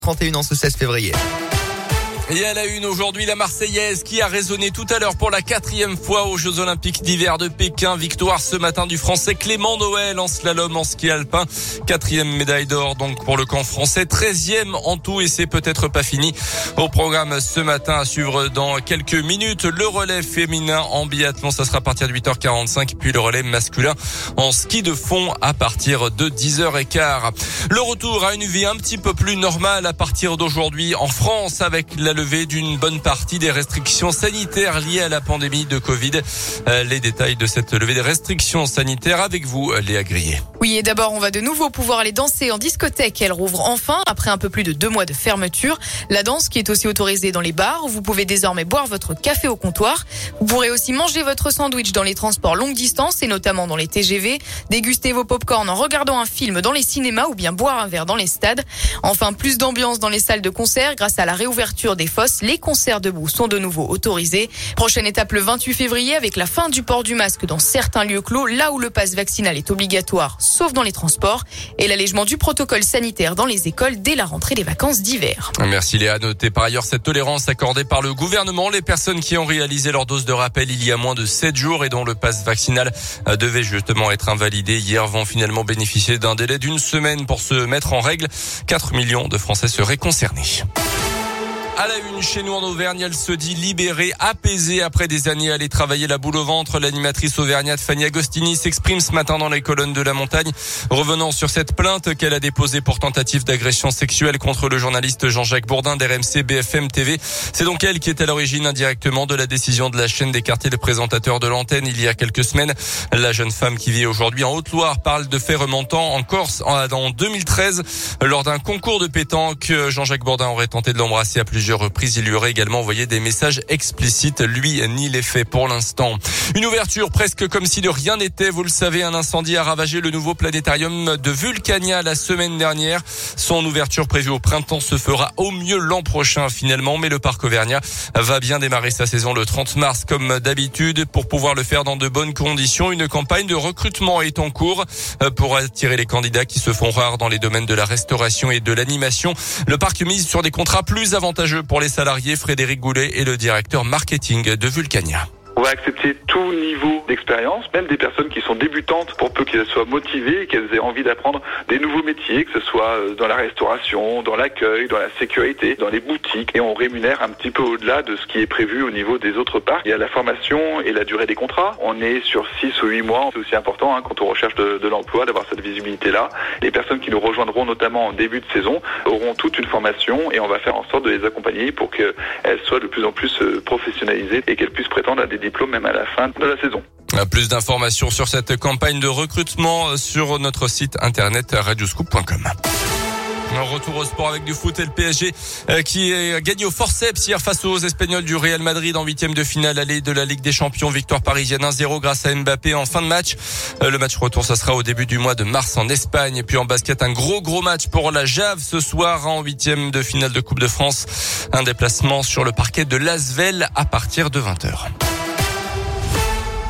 31 en ce 16 février. Et à la une aujourd'hui, la Marseillaise qui a résonné tout à l'heure pour la 4e fois aux Jeux Olympiques d'hiver de Pékin. Victoire ce matin du Français Clément Noël en slalom en ski alpin. 4e médaille d'or donc pour le camp français. 13e en tout et c'est peut-être pas fini. Au programme ce matin à suivre dans quelques minutes. Le relais féminin en biathlon, ça sera à partir de 8h45. Puis le relais masculin en ski de fond à partir de 10h15. Le retour à une vie un petit peu plus normale à partir d'aujourd'hui en France avec la levée d'une bonne partie des restrictions sanitaires liées à la pandémie de Covid. Les détails de cette levée des restrictions sanitaires avec vous, Léa Grillet. Oui, et d'abord, on va de nouveau pouvoir aller danser en discothèque. Elle rouvre enfin après un peu plus de 2 mois de fermeture. La danse qui est aussi autorisée dans les bars. Vous pouvez désormais boire votre café au comptoir. Vous pourrez aussi manger votre sandwich dans les transports longue distance et notamment dans les TGV. Déguster vos pop-corn en regardant un film dans les cinémas ou bien boire un verre dans les stades. Enfin, plus d'ambiance dans les salles de concert grâce à la réouverture des fosses. Les concerts debout sont de nouveau autorisés. Prochaine étape le 28 février avec la fin du port du masque dans certains lieux clos, là où le pass vaccinal est obligatoire, sauf dans les transports, et l'allègement du protocole sanitaire dans les écoles dès la rentrée des vacances d'hiver. Merci Léa. Notez par ailleurs cette tolérance accordée par le gouvernement. Les personnes qui ont réalisé leur dose de rappel il y a moins de 7 jours et dont le pass vaccinal devait justement être invalidé hier vont finalement bénéficier d'un délai d'1 semaine pour se mettre en règle. 4 millions de Français seraient concernés. À la une, chez nous en Auvergne, elle se dit libérée, apaisée après des années à aller travailler la boule au ventre. L'animatrice auvergnate Fanny Agostini s'exprime ce matin dans les colonnes de La Montagne, revenant sur cette plainte qu'elle a déposée pour tentative d'agression sexuelle contre le journaliste Jean-Jacques Bourdin d'RMC BFM TV. C'est donc elle qui est à l'origine indirectement de la décision de la chaîne d'écarter le présentateur de l'antenne il y a quelques semaines. La jeune femme qui vit aujourd'hui en Haute-Loire parle de faits remontant en Corse en 2013. Lors d'un concours de pétanque, Jean-Jacques Bourdin aurait tenté de l'embrasser à plusieurs reprises. Il lui aurait également envoyé des messages explicites. Lui nie les faits pour l'instant. Une ouverture presque comme si de rien n'était. Vous le savez, un incendie a ravagé le nouveau planétarium de Vulcania la semaine dernière. Son ouverture prévue au printemps se fera au mieux l'an prochain finalement. Mais le parc auvergnat va bien démarrer sa saison le 30 mars comme d'habitude. Pour pouvoir le faire dans de bonnes conditions, une campagne de recrutement est en cours pour attirer les candidats qui se font rares dans les domaines de la restauration et de l'animation. Le parc mise sur des contrats plus avantageux pour les salariés. Frédéric Goulet est le directeur marketing de Vulcania. On va accepter tout niveau d'expérience, même des personnes qui sont débutantes pour peu qu'elles soient motivées et qu'elles aient envie d'apprendre des nouveaux métiers, que ce soit dans la restauration, dans l'accueil, dans la sécurité, dans les boutiques. Et on rémunère un petit peu au-delà de ce qui est prévu au niveau des autres parcs. Il y a la formation et la durée des contrats. On est sur 6 ou 8 mois. C'est aussi important quand on recherche de l'emploi d'avoir cette visibilité-là. Les personnes qui nous rejoindront notamment en début de saison auront toute une formation et on va faire en sorte de les accompagner pour qu'elles soient de plus en plus professionnalisées et qu'elles puissent prétendre à des diplômes même à la fin de la saison. Plus d'informations sur cette campagne de recrutement sur notre site internet radioscoop.com. Retour au sport avec du foot et le PSG qui a gagné au forceps hier face aux Espagnols du Real Madrid en 8e de finale aller de la Ligue des Champions. Victoire parisienne 1-0 grâce à Mbappé en fin de match. Le match retour, ça sera au début du mois de mars en Espagne. Et puis en basket, un gros match pour la Jave ce soir en 8e de finale de Coupe de France. Un déplacement sur le parquet de l'Asvel à partir de 20h.